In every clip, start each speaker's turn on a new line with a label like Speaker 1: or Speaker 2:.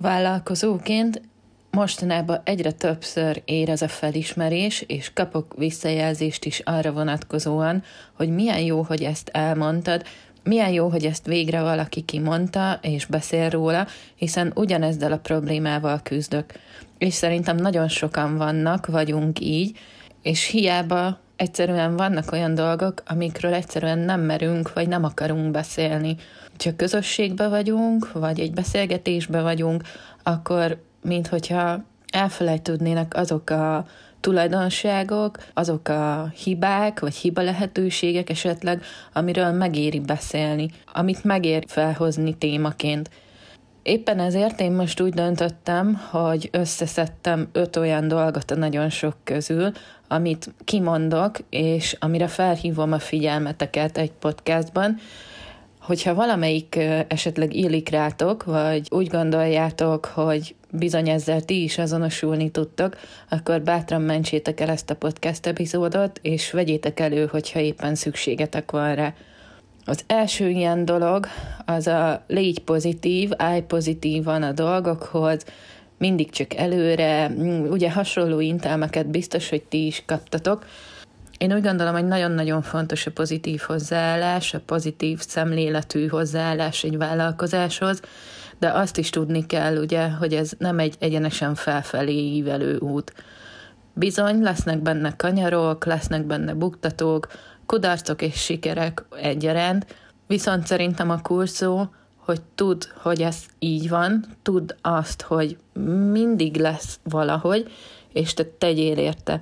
Speaker 1: Vállalkozóként mostanában egyre többször ér ez a felismerés, és kapok visszajelzést is arra vonatkozóan, hogy milyen jó, hogy ezt elmondtad, milyen jó, hogy ezt végre valaki kimondta és beszél róla, hiszen ugyanezzel a problémával küzdök. És szerintem nagyon sokan vagyunk így, és hiába egyszerűen vannak olyan dolgok, amikről egyszerűen nem merünk, vagy nem akarunk beszélni. Ha közösségbe vagyunk, vagy egy beszélgetésbe vagyunk, akkor minthogyha elfelejtődnének azok a tulajdonságok, azok a hibák, vagy hiba lehetőségek esetleg, amiről megéri beszélni, amit megér felhozni témaként. Éppen ezért én most úgy döntöttem, hogy összeszedtem 5 olyan dolgot a nagyon sok közül, amit kimondok, és amire felhívom a figyelmeteket egy podcastban. Hogyha valamelyik esetleg illik rátok, vagy úgy gondoljátok, hogy bizony ezzel ti is azonosulni tudtok, akkor bátran mentsétek el ezt a podcast epizódot, és vegyétek elő, hogyha éppen szükségetek van rá. Az első ilyen dolog az a légy pozitív, állj pozitívan a dolgokhoz, mindig csak előre, ugye hasonló intelmeket biztos, hogy ti is kaptatok. Én úgy gondolom, hogy nagyon-nagyon fontos a pozitív hozzáállás, a pozitív szemléletű hozzáállás egy vállalkozáshoz, de azt is tudni kell, ugye, hogy ez nem egy egyenesen felfelé ívelő út. Bizony, lesznek benne kanyarok, lesznek benne buktatók, kudarcok és sikerek egyaránt, viszont szerintem a kulcs szó, hogy tudd, hogy ez így van, tudd azt, hogy mindig lesz valahogy, és te tegyél érte.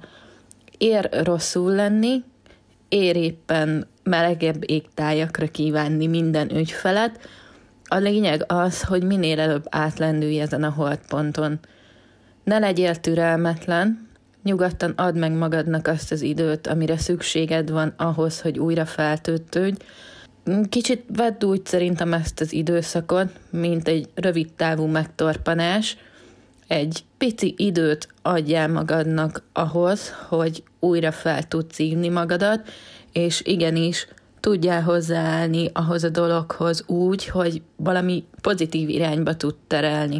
Speaker 1: Ér rosszul lenni, ér éppen melegebb égtájakra kívánni minden ügyfelet. A lényeg az, hogy minél előbb átlendülj ezen a holdponton. Ne legyél türelmetlen, nyugodtan add meg magadnak azt az időt, amire szükséged van ahhoz, hogy újra feltöltődj. Kicsit vedd úgy szerintem ezt az időszakot, mint egy rövid távú megtorpanás. Egy pici időt adjál magadnak ahhoz, hogy újra fel tudsz ívni magadat, és igenis tudjál hozzáállni ahhoz a dologhoz úgy, hogy valami pozitív irányba tud terelni.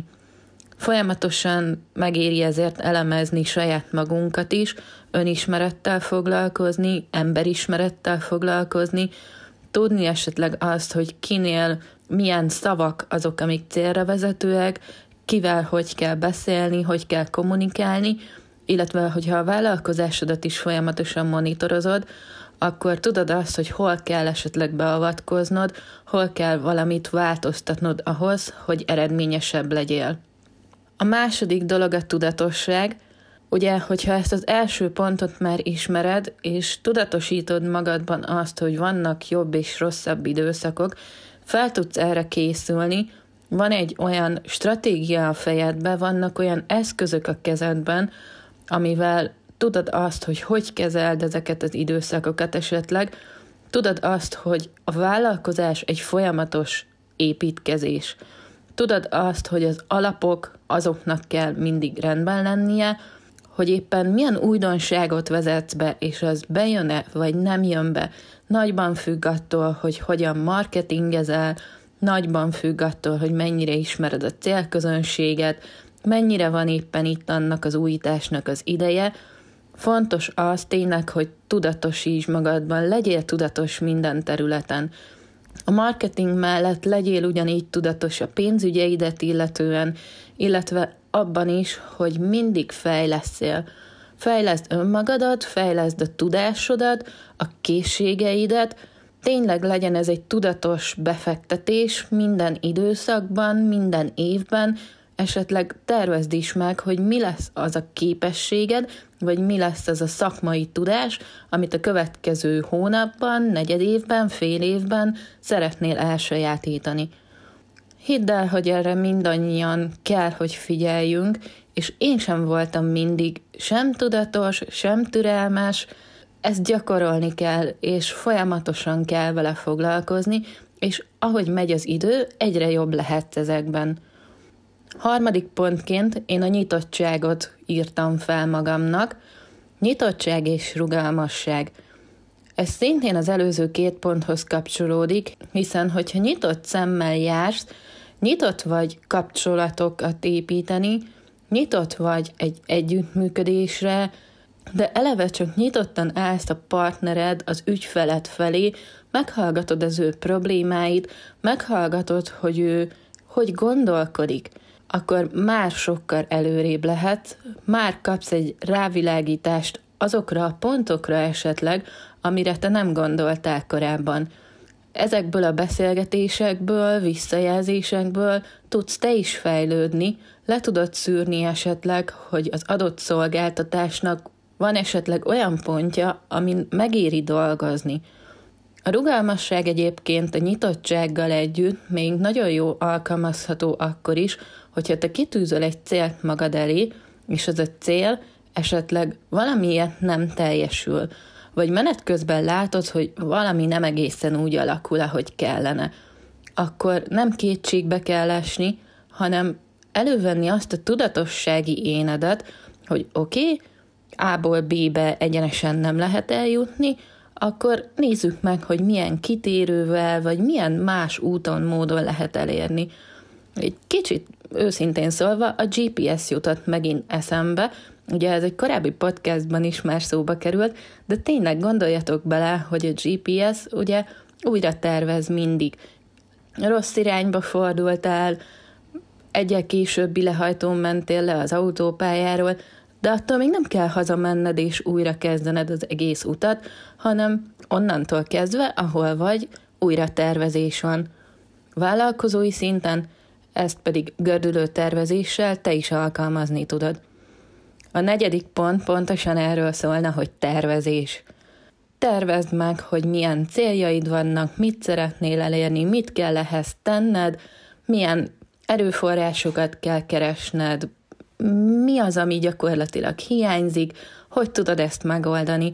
Speaker 1: Folyamatosan megéri ezért elemezni saját magunkat is, önismerettel foglalkozni, emberismerettel foglalkozni, tudni esetleg azt, hogy kinél milyen szavak azok, amik célra vezetőek, kivel hogy kell beszélni, hogy kell kommunikálni, illetve hogyha a vállalkozásodat is folyamatosan monitorozod, akkor tudod azt, hogy hol kell esetleg beavatkoznod, hol kell valamit változtatnod ahhoz, hogy eredményesebb legyél. A második dolog a tudatosság. Ugye, hogyha ezt az első pontot már ismered, és tudatosítod magadban azt, hogy vannak jobb és rosszabb időszakok, fel tudsz erre készülni, van egy olyan stratégia a fejedben, vannak olyan eszközök a kezedben, amivel tudod azt, hogy kezeld ezeket az időszakokat esetleg, tudod azt, hogy a vállalkozás egy folyamatos építkezés. Tudod azt, hogy az alapok azoknak kell mindig rendben lennie, hogy éppen milyen újdonságot vezetsz be, és az bejön-e, vagy nem jön be, nagyban függ attól, hogy hogyan marketingezel, nagyban függ attól, hogy mennyire ismered a célközönséget, mennyire van éppen itt annak az újításnak az ideje. Fontos az tényleg, hogy tudatosíts magadban, legyél tudatos minden területen. A marketing mellett legyél ugyanígy tudatos a pénzügyeidet illetően, illetve abban is, hogy mindig fejlesszél. Fejleszd önmagadat, fejleszd a tudásodat, a készségeidet, tényleg legyen ez egy tudatos befektetés minden időszakban, minden évben, esetleg tervezd is meg, hogy mi lesz az a képességed, vagy mi lesz az a szakmai tudás, amit a következő hónapban, negyedévben, fél évben szeretnél elsajátítani. Hidd el, hogy erre mindannyian kell, hogy figyeljünk, és én sem voltam mindig sem tudatos, sem türelmes, ezt gyakorolni kell, és folyamatosan kell vele foglalkozni, és ahogy megy az idő, egyre jobb lehetsz ezekben. Harmadik pontként én a nyitottságot írtam fel magamnak. Nyitottság és rugalmasság. Ez szintén az előző 2 ponthoz kapcsolódik, hiszen hogyha nyitott szemmel jársz, Nyitott vagy kapcsolatokat építeni, nyitott vagy egy együttműködésre, de eleve csak nyitottan állsz a partnered, az ügyfeled felé, meghallgatod az ő problémáit, meghallgatod, hogy ő hogy gondolkodik, akkor már sokkal előrébb lehetsz, már kapsz egy rávilágítást azokra a pontokra esetleg, amire te nem gondoltál korábban. Ezekből a beszélgetésekből, visszajelzésekből tudsz te is fejlődni, le tudod szűrni esetleg, hogy az adott szolgáltatásnak van esetleg olyan pontja, amin megéri dolgozni. A rugalmasság egyébként a nyitottsággal együtt még nagyon jó alkalmazható akkor is, hogyha te kitűzöl egy célt magad elé, és az a cél esetleg valamiért nem teljesül, vagy menet közben látod, hogy valami nem egészen úgy alakul, ahogy kellene. Akkor nem kétségbe kell esni, hanem elővenni azt a tudatossági énedet, hogy oké, A-ból B-be egyenesen nem lehet eljutni, akkor nézzük meg, hogy milyen kitérővel, vagy milyen más úton, módon lehet elérni. Egy kicsit őszintén szólva a GPS jutott megint eszembe, ugye ez egy korábbi podcastban is már szóba került, de tényleg gondoljatok bele, hogy a GPS ugye újra tervez mindig. Rossz irányba fordultál, egyel későbbi lehajtón mentél le az autópályáról, de attól még nem kell hazamenned és újra kezdened az egész utat, hanem onnantól kezdve, ahol vagy, újra tervezés van. Vállalkozói szinten ezt pedig gördülő tervezéssel te is alkalmazni tudod. A 4. pont pontosan erről szólna, hogy tervezés. Tervezd meg, hogy milyen céljaid vannak, mit szeretnél elérni, mit kell ehhez tenned, milyen erőforrásokat kell keresned, mi az, ami gyakorlatilag hiányzik, hogy tudod ezt megoldani.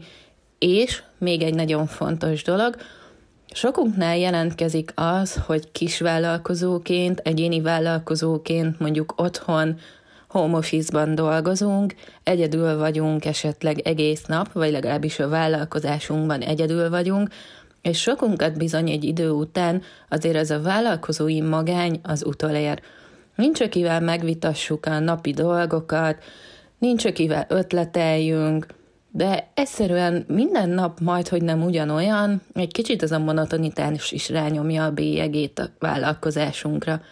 Speaker 1: És még egy nagyon fontos dolog, sokunknál jelentkezik az, hogy kisvállalkozóként, egyéni vállalkozóként mondjuk otthon, home office-ban dolgozunk, egyedül vagyunk esetleg egész nap, vagy legalábbis a vállalkozásunkban egyedül vagyunk, és sokunkat bizony egy idő után azért ez a vállalkozói magány az utolér. Nincs akivel megvitassuk a napi dolgokat, nincs akivel ötleteljünk, de egyszerűen minden nap majdhogy nem ugyanolyan, egy kicsit az a monotonitás is rányomja a bélyegét a vállalkozásunkra.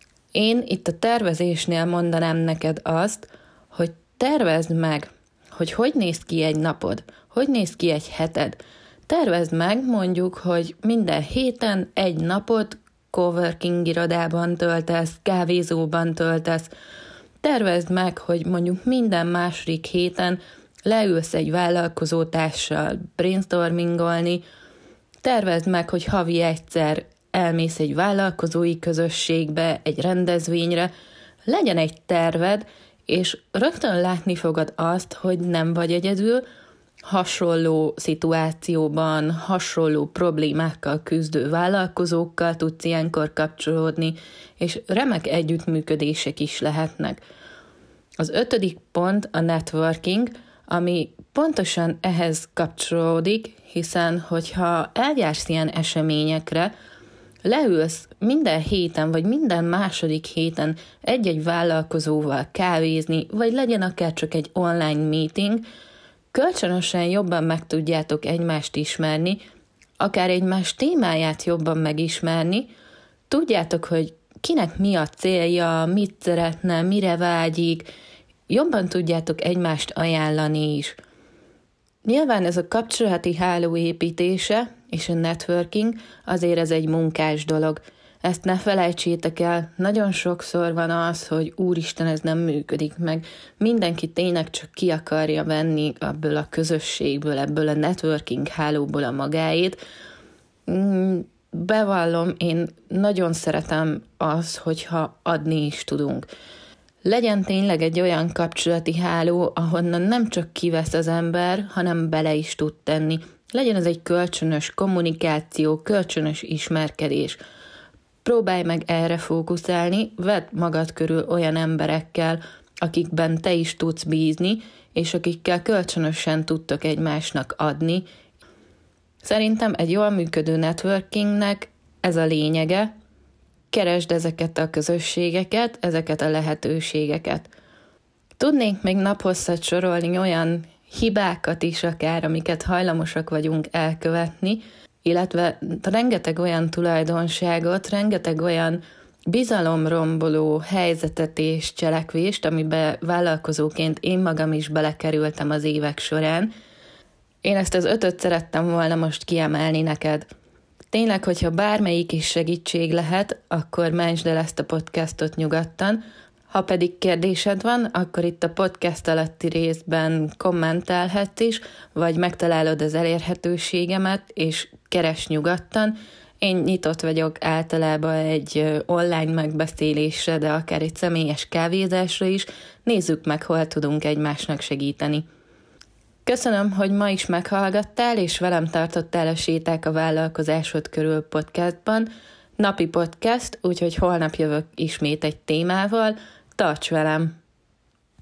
Speaker 1: Én itt a tervezésnél mondanám neked azt, hogy tervezd meg, hogy néz ki egy napod, hogy néz ki egy heted. Tervezd meg mondjuk, hogy minden héten egy napot coworking irodában töltesz, kávézóban töltesz. Tervezd meg, hogy mondjuk minden második héten leülsz egy vállalkozótársal brainstormingolni. Tervezd meg, hogy havi egyszer elmész egy vállalkozói közösségbe, egy rendezvényre, legyen egy terved, és rögtön látni fogod azt, hogy nem vagy egyedül, hasonló szituációban, hasonló problémákkal küzdő vállalkozókkal tudsz ilyenkor kapcsolódni, és remek együttműködések is lehetnek. Az 5. pont a networking, ami pontosan ehhez kapcsolódik, hiszen hogyha eljársz ilyen eseményekre, leülsz minden héten, vagy minden második héten egy-egy vállalkozóval kávézni, vagy legyen akár csak egy online meeting, kölcsönösen jobban meg tudjátok egymást ismerni, akár egymás témáját jobban megismerni, tudjátok, hogy kinek mi a célja, mit szeretne, mire vágyik, jobban tudjátok egymást ajánlani is. Nyilván ez a kapcsolati háló építése és a networking azért ez egy munkás dolog. Ezt ne felejtsétek el, nagyon sokszor van az, hogy úristen, ez nem működik meg. Mindenki tényleg csak ki akarja venni ebből a közösségből, ebből a networking hálóból a magáét. Bevallom, én nagyon szeretem az, hogyha adni is tudunk. Legyen tényleg egy olyan kapcsolati háló, ahonnan nem csak kivesz az ember, hanem bele is tud tenni. Legyen ez egy kölcsönös kommunikáció, kölcsönös ismerkedés. Próbálj meg erre fókuszálni, vedd magad körül olyan emberekkel, akikben te is tudsz bízni, és akikkel kölcsönösen tudtok egymásnak adni. Szerintem egy jól működő networkingnek ez a lényege, keresd ezeket a közösségeket, ezeket a lehetőségeket. Tudnék még naphosszat sorolni olyan hibákat is akár, amiket hajlamosak vagyunk elkövetni, illetve rengeteg olyan tulajdonságot, rengeteg olyan bizalomromboló helyzetet és cselekvést, amiben vállalkozóként én magam is belekerültem az évek során. Én ezt az 5-öt szerettem volna most kiemelni neked. Tényleg, hogyha bármelyik is segítség lehet, akkor mentsd el ezt a podcastot nyugodtan. Ha pedig kérdésed van, akkor itt a podcast alatti részben kommentálhatsz is, vagy megtalálod az elérhetőségemet, és keresd nyugodtan. Én nyitott vagyok általában egy online megbeszélésre, de akár egy személyes kávézásra is. Nézzük meg, hol tudunk egymásnak segíteni. Köszönöm, hogy ma is meghallgattál, és velem tartottál a Séták a vállalkozásod körül podcastban. Napi podcast, úgyhogy holnap jövök ismét egy témával. Tarts velem!